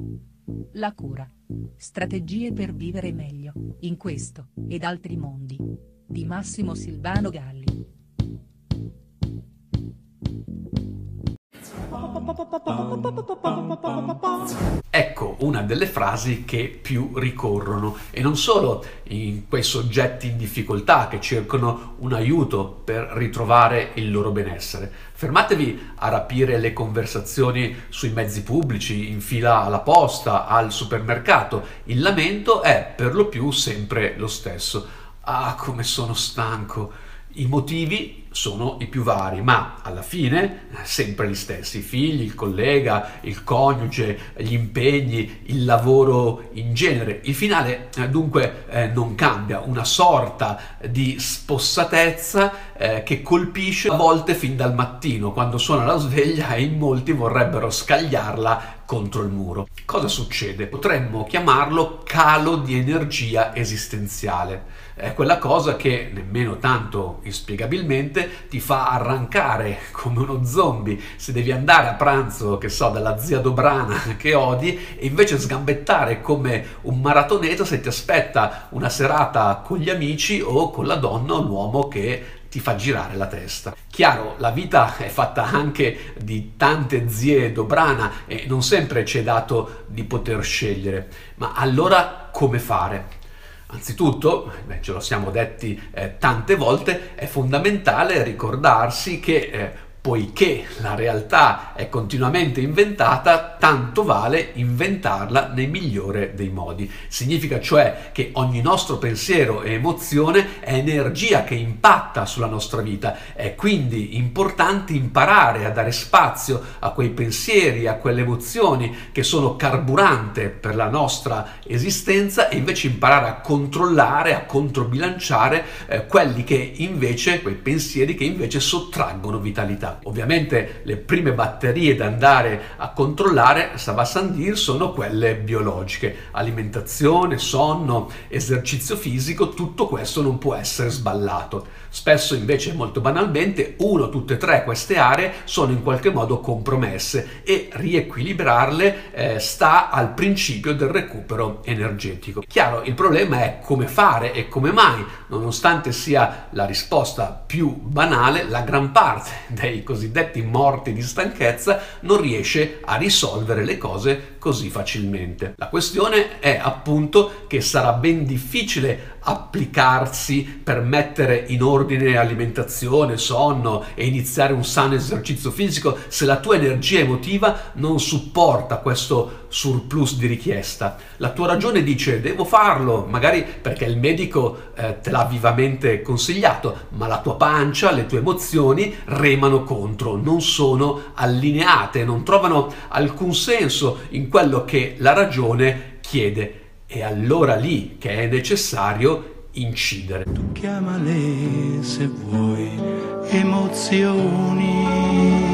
La cura. Strategie per vivere meglio, in questo, ed altri mondi. Di Massimo Silvano Galli. Ecco una delle frasi che più ricorrono, e non solo in quei soggetti in difficoltà che cercano un aiuto per ritrovare il loro benessere. Fermatevi a rapire le conversazioni sui mezzi pubblici, in fila alla posta, al supermercato. Il lamento è per lo più sempre lo stesso. Ah, come sono stanco! I motivi sono i più vari, ma alla fine sempre gli stessi: i figli, il collega, il coniuge, gli impegni, il lavoro in genere. Il finale dunque non cambia, una sorta di spossatezza che colpisce a volte fin dal mattino, quando suona la sveglia e in molti vorrebbero scagliarla contro il muro. Cosa succede? Potremmo chiamarlo calo di energia esistenziale. È quella cosa che, nemmeno tanto inspiegabilmente, ti fa arrancare come uno zombie se devi andare a pranzo, che so, dalla zia Dobrana che odi, e invece sgambettare come un maratoneto se ti aspetta una serata con gli amici o con la donna o l'uomo che ti fa girare la testa. Chiaro, la vita è fatta anche di tante zie Dobrana e non sempre ci è dato di poter scegliere, ma allora come fare? Anzitutto, ce lo siamo detti tante volte, è fondamentale ricordarsi che poiché la realtà è continuamente inventata, tanto vale inventarla nel migliore dei modi. Significa cioè che ogni nostro pensiero e emozione è energia che impatta sulla nostra vita. È quindi importante imparare a dare spazio a quei pensieri, a quelle emozioni che sono carburante per la nostra esistenza, e invece imparare a controllare, a controbilanciare quei pensieri che invece sottraggono vitalità. Ovviamente le prime batterie da andare a controllare, ça va sans dire, sono quelle biologiche: alimentazione, sonno, esercizio fisico. Tutto questo non può essere sballato. Spesso invece, molto banalmente, tutte e tre queste aree sono in qualche modo compromesse, e riequilibrarle sta al principio del recupero energetico. Chiaro, il problema è come fare e come mai, nonostante sia la risposta più banale, la gran parte dei cosiddetti morti di stanchezza non riesce a risolvere le cose così facilmente. La questione è appunto che sarà ben difficile applicarsi per mettere in ordine alimentazione, sonno e iniziare un sano esercizio fisico se la tua energia emotiva non supporta questo surplus di richiesta. La tua ragione dice: devo farlo, magari perché il medico te l'ha vivamente consigliato, ma la tua pancia, le tue emozioni remano contro, non sono allineate, non trovano alcun senso in quello che la ragione chiede. E allora lì che è necessario incidere. Tu chiamale se vuoi emozioni.